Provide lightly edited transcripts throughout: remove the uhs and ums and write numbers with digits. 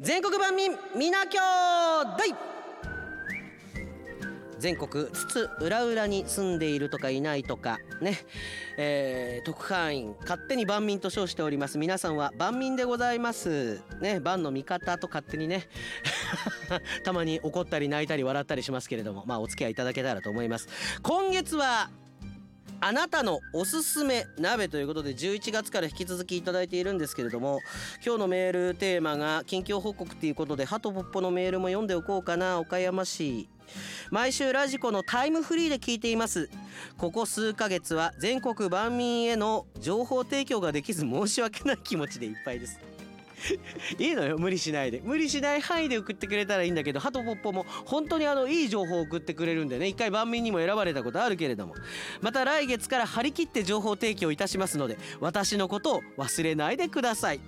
全国万民みなきょだい。全国津々浦々に住んでいるとかいないとかね、特派員勝手に万民と称しております皆さんは万民でございますね。万の味方と勝手にねたまに怒ったり泣いたり笑ったりしますけれども、お付き合いいただけたらと思います。今月はあなたのおすすめ鍋ということで11月から引き続きいただいているんですけれども、今日のメールテーマが近況報告ということで、ハトポッポのメールも読んでおこうかな。岡山市、毎週ラジコのタイムフリーで聞いています。ここ数ヶ月は全国万民への情報提供ができず申し訳ない気持ちでいっぱいですいいのよ、無理しないで、無理しない範囲で送ってくれたらいいんだけど、ハトポッポも本当にいい情報を送ってくれるんでね、一回万民にも選ばれたことあるけれども、また来月から張り切って情報提供いたしますので、私のことを忘れないでください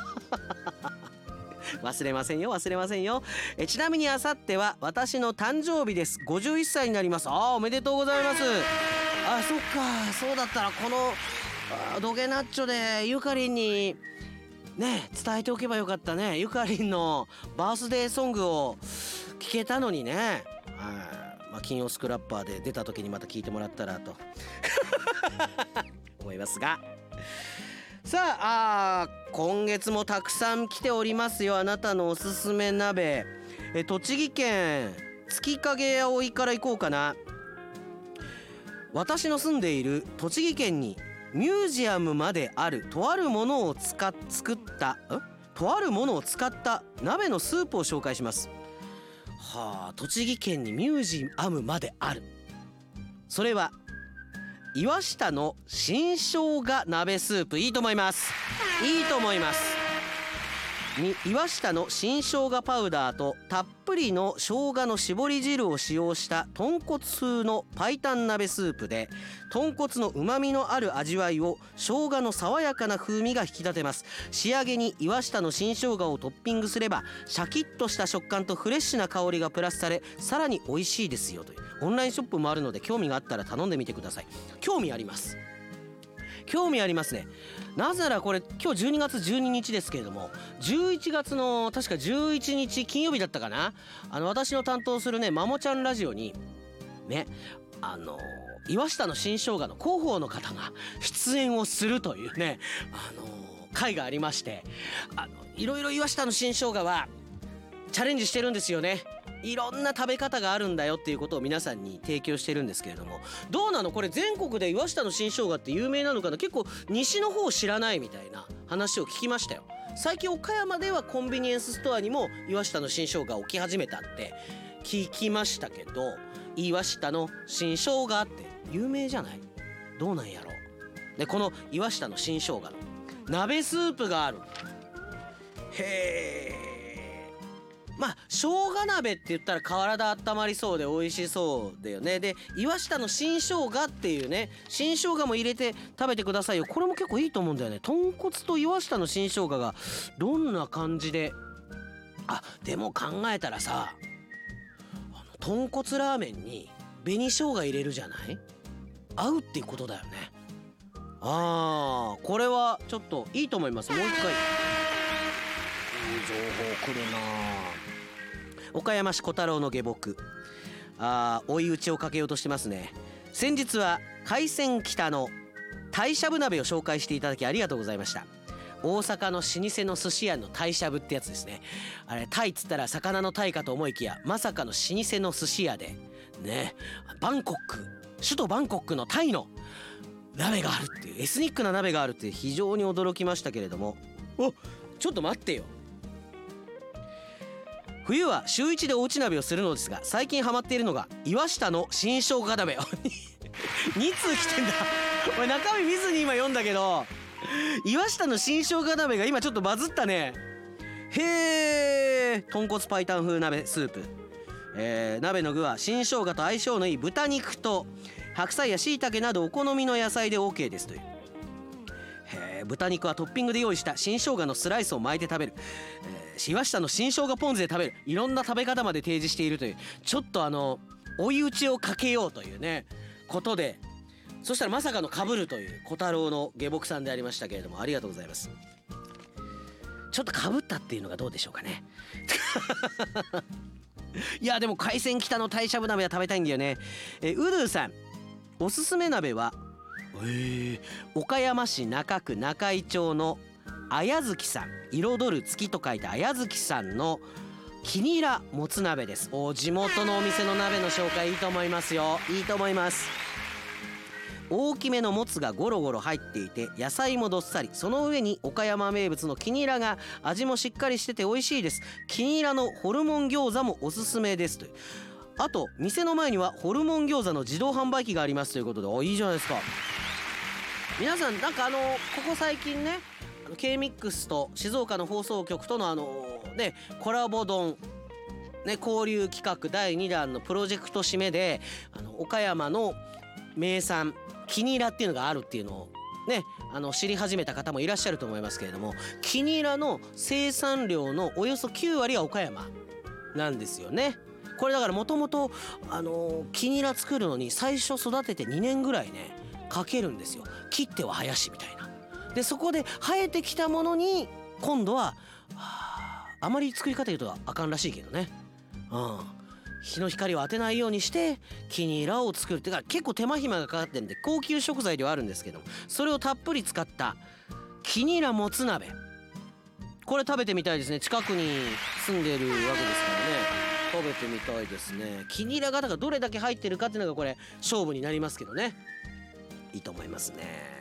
忘れませんよ、忘れませんよ。ちなみにあさっては私の誕生日です。51歳になります。おめでとうございます。そっか、そうだったらこのドゲナッチョでゆかりんにね伝えておけばよかったね。ゆかりんのバースデーソングを聴けたのにね。金曜スクラッパーで出た時にまた聴いてもらったらと思いますが、さあ、今月もたくさん来ておりますよ。あなたのおすすめ鍋。栃木県月影葵から行こうかな。私の住んでいる栃木県にミュージアムまであるとあるものを使った鍋のスープを紹介します。栃木県にミュージアムまである。それは岩下の新生姜鍋スープ。いいと思います。岩下の新生姜パウダーとたっぷりの生姜の絞り汁を使用した豚骨風の白湯鍋スープで、豚骨の旨味のある味わいを生姜の爽やかな風味が引き立てます。仕上げに岩下の新生姜をトッピングすればシャキッとした食感とフレッシュな香りがプラスされ、さらに美味しいですよという。オンラインショップもあるので興味があったら頼んでみてください。興味ありますね。なぜならこれ今日12月12日ですけれども、11月の確か11日金曜日だったかな、私の担当するねマモちゃんラジオにね、岩下の新生姜の広報の方が出演をするというね回がありまして、いろいろ岩下の新生姜はチャレンジしてるんですよね。いろんな食べ方があるんだよっていうことを皆さんに提供してるんですけれども、どうなのこれ、全国で岩下の新生姜って有名なのかな。結構西の方知らないみたいな話を聞きましたよ。最近岡山ではコンビニエンスストアにも岩下の新生姜置き始めたって聞きましたけど、岩下の新生姜って有名じゃない？どうなんやろう。でこの岩下の新生姜の鍋スープがある。へー、生姜鍋って言ったら体温まりそうで美味しそうだよね。で岩下の新生姜っていうね、新生姜も入れて食べてくださいよ。これも結構いいと思うんだよね。豚骨と岩下の新生姜がどんな感じで。でも考えたらさ、豚骨ラーメンに紅生姜入れるじゃない？合うっていうことだよね。これはちょっといいと思います。もう一回いい情報来るな。岡山市小太郎の下僕、追い打ちをかけようとしてますね。先日は海鮮北の鯛しゃぶ鍋を紹介していただきありがとうございました。大阪の老舗の寿司屋の鯛しゃぶってやつですね。あれ鯛っつったら魚の鯛かと思いきや、まさかの老舗の寿司屋でね、首都バンコクのタイの鍋があるっていう、エスニックな鍋があるって非常に驚きましたけれども、ちょっと待ってよ。冬は週1でおうち鍋をするのですが、最近ハマっているのが岩下の新生姜鍋2通来てんだ俺中身見ずに今読んだけど、岩下の新生姜鍋が今ちょっとバズったね。へー、豚骨白湯風鍋スープ。鍋の具は新生姜と相性のいい豚肉と白菜や椎茸などお好みの野菜で OK ですという。豚肉はトッピングで用意した新生姜のスライスを巻いて食べる。岩下の新生姜ポン酢で食べる。いろんな食べ方まで提示しているという、ちょっと追い打ちをかけようというねことで、そしたらまさかの被るという小太郎の下僕さんでありましたけれども、ありがとうございます。 ちょっとかぶったっていうのがどうでしょうかねいやでも海鮮北の鯛しゃぶ鍋は食べたいんだよね。うどゥさんおすすめ鍋は、岡山市中区中井町の綾月さん、彩る月と書いて綾月さんのきにらもつ鍋です。地元のお店の鍋の紹介いいと思いますよ。いいと思います。大きめのもつがゴロゴロ入っていて野菜もどっさり、その上に岡山名物のきにらが味もしっかりしてて美味しいです。きにらのホルモン餃子もおすすめですという。あと店の前にはホルモン餃子の自動販売機がありますということで、いいじゃないですか。皆さんなんかここ最近ねK-MIX と静岡の放送局とのコラボ丼ね、交流企画第2弾のプロジェクト締めで岡山の名産きにらっていうのがあるっていうのをね知り始めた方もいらっしゃると思いますけれども、きにらの生産量のおよそ9割は岡山なんですよね。これだからもともときにら作るのに最初育てて2年ぐらいねかけるんですよ。切っては生やしみたいな。でそこで生えてきたものに今度はあまり作り方言うとあかんらしいけどね、日の光を当てないようにしてきにらを作るってから結構手間暇がかかってるんで高級食材ではあるんですけども、それをたっぷり使ったきにらもつ鍋、これ食べてみたいですね。近くに住んでるわけですからね、食べてみたいですね。きにらがどれだけ入ってるかっていうのがこれ勝負になりますけどね、いいと思いますね。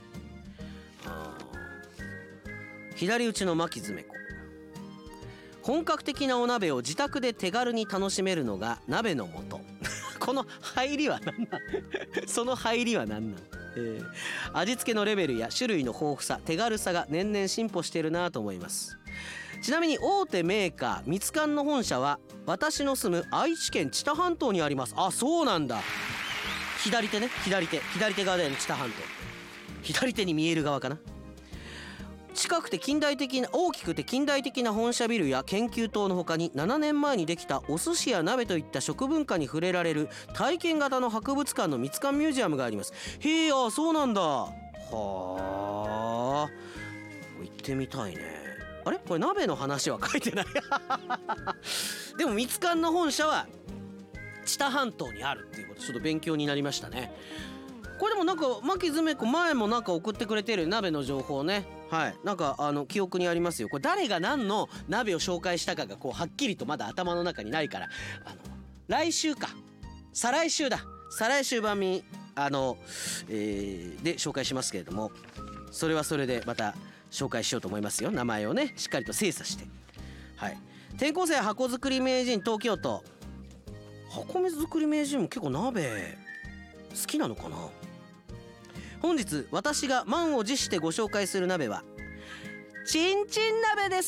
左打ちの巻き爪子、本格的なお鍋を自宅で手軽に楽しめるのが鍋の素この入りは何なんその入りは何なん、味付けのレベルや種類の豊富さ手軽さが年々進歩しているなと思います。ちなみに大手メーカーミツカンの本社は私の住む愛知県知多半島にあります。あ、そうなんだ。左手ね、左手側だよね、知多半島。左手に見える側かな。近くて大きくて近代的な本社ビルや研究棟の他に7年前にできたお寿司や鍋といった食文化に触れられる体験型の博物館のミツカンミュージアムがあります。へえ、あ、そうなんだ。はあ、行ってみたいね。あれこれ鍋の話は書いてないでもミツカンの本社は知多半島にあるっていうことちょっと勉強になりましたね。これでもなんか牧爪子前もなんか送ってくれてる鍋の情報ね、はい、なんか記憶にありますよ。これ誰が何の鍋を紹介したかがこうはっきりとまだ頭の中にないから、来週か再来週番組で紹介しますけれども、それはそれでまた紹介しようと思いますよ。名前をねしっかりと精査して。はい、転校生箱作り名人東京都。箱作り名人も結構鍋好きなのかな。本日私が満を持してご紹介する鍋はチンチン鍋です。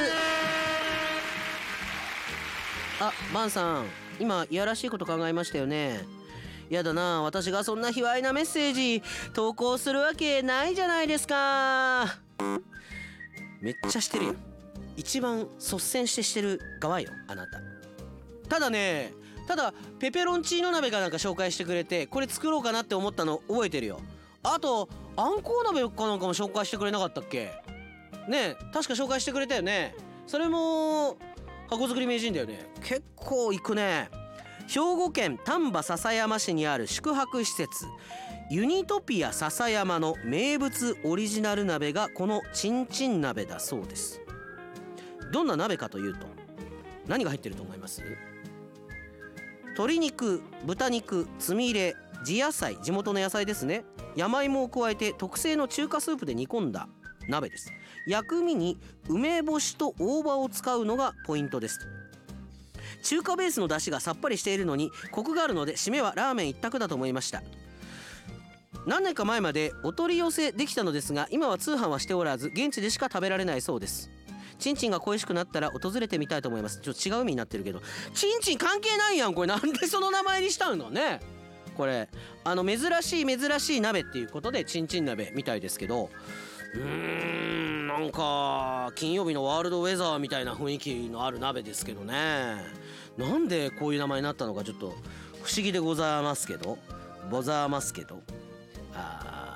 あ、マンさん今いやらしいこと考えましたよね。やだな、私がそんな卑猥なメッセージ投稿するわけないじゃないですか。めっちゃしてるよ。一番率先してる側よあなた。ただペペロンチーノ鍋かなんか紹介してくれてこれ作ろうかなって思ったの覚えてるよ。あとあんこう鍋かなんかも紹介してくれなかったっけね。確か紹介してくれたよね。それも箱作り名人だよね。結構行くね。兵庫県丹波篠山市にある宿泊施設ユニトピア篠山の名物オリジナル鍋がこのチンチン鍋だそうです。どんな鍋かというと何が入ってると思います？鶏肉、豚肉、つみれ、地野菜、地元の野菜ですね、山芋を加えて特製の中華スープで煮込んだ鍋です。薬味に梅干しと大葉を使うのがポイントです。中華ベースの出汁がさっぱりしているのにコクがあるので締めはラーメン一択だと思いました。何年か前までお取り寄せできたのですが今は通販はしておらず現地でしか食べられないそうです。チンチンが恋しくなったら訪れてみたいと思います。ちょっと違う意味になってるけどチンチン関係ないやん。これなんでその名前にしたのね。これ珍しい鍋っていうことでチンチン鍋みたいですけど、なんか金曜日のワールドウェザーみたいな雰囲気のある鍋ですけどね。なんでこういう名前になったのかちょっと不思議でございますけど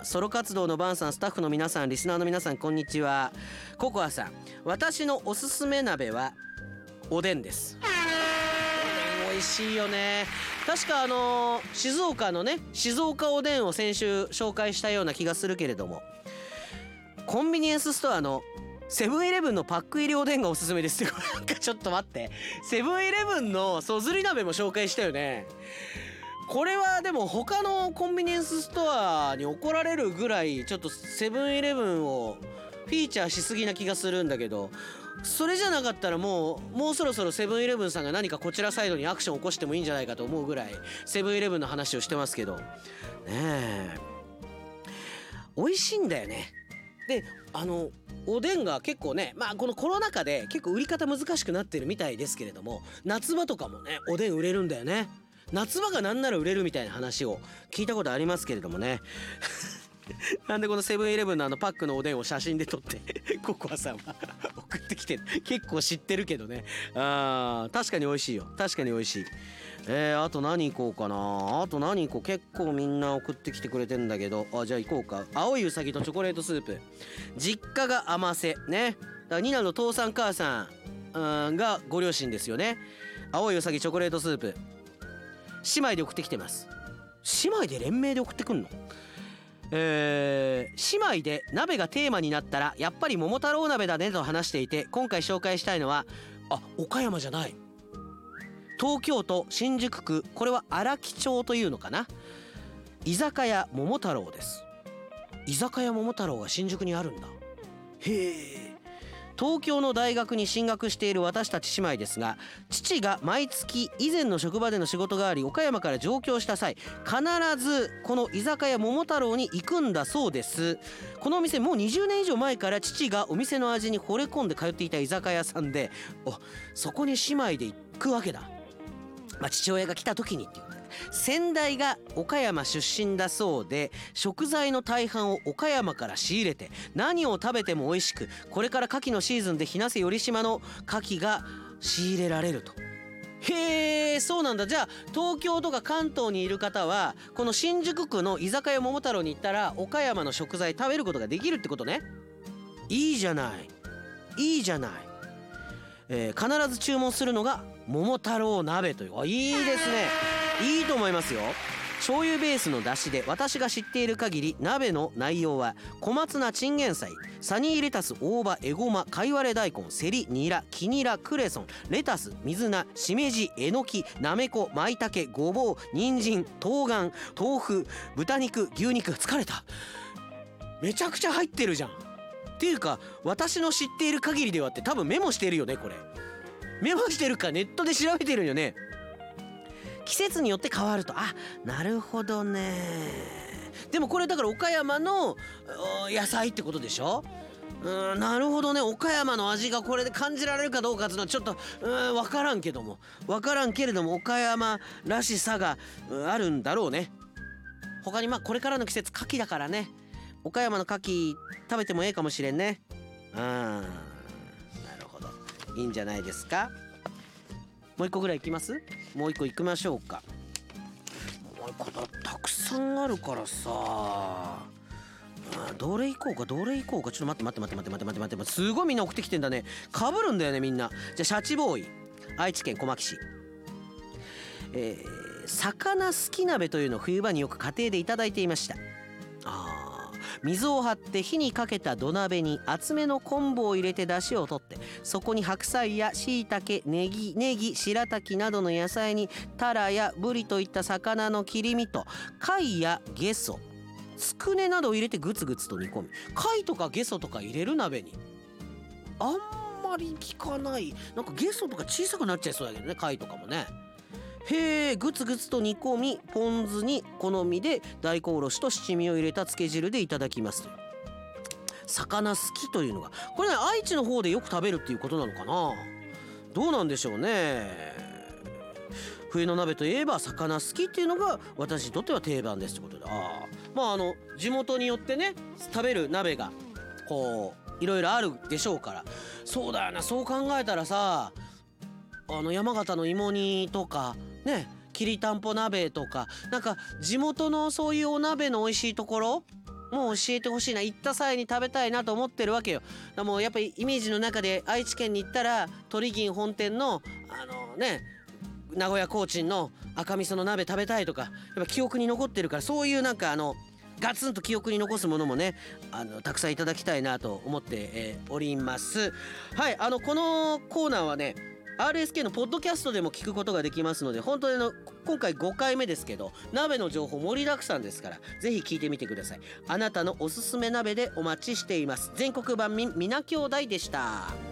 ソロ活動のバンさん、スタッフの皆さん、リスナーの皆さん、こんにちは。ココアさん、私のおすすめ鍋はおでんです。おでん美味しいよね。確か静岡のね、静岡おでんを先週紹介したような気がするけれども、コンビニエンスストアのセブンイレブンのパック入りおでんがおすすめですよ。なんかちょっと待って、セブンイレブンのそずり鍋も紹介したよね。これはでも他のコンビニエンスストアに怒られるぐらいちょっとセブンイレブンをフィーチャーしすぎな気がするんだけど、それじゃなかったらもうそろそろセブンイレブンさんが何かこちらサイドにアクションを起こしてもいいんじゃないかと思うぐらいセブンイレブンの話をしてますけどね。え美味しいんだよね。でおでんが結構ね、このコロナ禍で結構売り方難しくなってるみたいですけれども、夏場とかもねおでん売れるんだよね。夏場がなんなら売れるみたいな話を聞いたことありますけれどもね。なんでこのセブンイレブンのパックのおでんを写真で撮ってココアさんは送ってきて結構知ってるけどね。確かに美味しいよ。確かに美味しい。あと何行こうかな。結構みんな送ってきてくれてんだけど、じゃあ行こうか。青いうさぎとチョコレートスープ。実家が甘瀬ね。だからニナの父さん母さんがご両親ですよね。青いうさぎチョコレートスープ姉妹で送ってきてます。姉妹で連名で送ってくんの？姉妹で鍋がテーマになったらやっぱり桃太郎鍋だねと話していて、今回紹介したいのは岡山じゃない、東京都新宿区、これは荒木町というのかな、居酒屋桃太郎です。居酒屋桃太郎が新宿にあるんだ。へえ。東京の大学に進学している私たち姉妹ですが、父が毎月以前の職場での仕事があり岡山から上京した際、必ずこの居酒屋桃太郎に行くんだそうです。このお店もう20年以上前から父がお店の味に惚れ込んで通っていた居酒屋さんで、そこに姉妹で行くわけだ。父親が来た時にっていう。先代が岡山出身だそうで、食材の大半を岡山から仕入れて、何を食べても美味しく、これから牡蠣のシーズンで日生頼島の牡蠣が仕入れられると。へえ、そうなんだ。じゃあ東京とか関東にいる方はこの新宿区の居酒屋桃太郎に行ったら岡山の食材食べることができるってことね。いいじゃない、いいじゃない。必ず注文するのが桃太郎鍋という。いいですね。いいと思いますよ。醤油ベースの出汁で、私が知っている限り鍋の内容は小松菜、チンゲン菜、サニーレタス、大葉、エゴマ、かいわれ大根、セリ、ニラ、キニラ、クレソン、レタス、水菜、しめじ、えのき、なめこ、まいたけ、ごぼう、人参、冬瓜、豆腐、豚肉、牛肉。疲れた。めちゃくちゃ入ってるじゃん。っていうか私の知っている限りではって多分メモしてるよね。これメモしてるかネットで調べてるよね。季節によって変わると。なるほどね。でもこれだから岡山の野菜ってことでしょ。なるほどね。岡山の味がこれで感じられるかどうかっていうのはちょっと分からんけれども岡山らしさがあるんだろうね。他にこれからの季節牡蠣だからね、岡山の牡蠣食べてもええかもしれんね。なるほど、いいんじゃないですか。もう一個ぐらいいきます。もう一個いきましょうか。もう一個たくさんあるからさ、どれいこうか。ちょっと待って、すごいみんな送ってきてんだね。かぶるんだよねみんな。じゃあシャチボーイ、愛知県小牧市。魚好き鍋というのを冬場によく家庭でいただいていました。水を張って火にかけた土鍋に厚めの昆布を入れて出汁を取って、そこに白菜や椎茸、ネギ、白滝などの野菜にタラやブリといった魚の切り身と貝やゲソ、つくねなどを入れてグツグツと煮込み。貝とかゲソとか入れる鍋にあんまり聞かない。なんかゲソとか小さくなっちゃいそうだけどね、貝とかもね。へえ、グツグツと煮込み、ポン酢に好みで大根おろしと七味を入れた漬け汁でいただきます。魚好きというのがこれね、愛知の方でよく食べるっていうことなのかな。どうなんでしょうね。冬の鍋といえば魚好きっていうのが私にとっては定番ですってことで、地元によってね食べる鍋がこういろいろあるでしょうから。そうだよな。そう考えたらさ、山形の芋煮とかね、きりたんぽ鍋とか、なんか地元のそういうお鍋の美味しいところもう教えてほしいな、行った際に食べたいなと思ってるわけよ。だからもうやっぱりイメージの中で愛知県に行ったら鳥銀本店の名古屋コーチンの赤味噌の鍋食べたいとか、やっぱ記憶に残ってるから、そういうなんかガツンと記憶に残すものもねたくさんいただきたいなと思って、おります。はい、このコーナーはねRSK のポッドキャストでも聞くことができますので、本当に今回5回目ですけど鍋の情報盛りだくさんですから、ぜひ聞いてみてください。あなたのおすすめ鍋でお待ちしています。全国版民みな兄弟でした。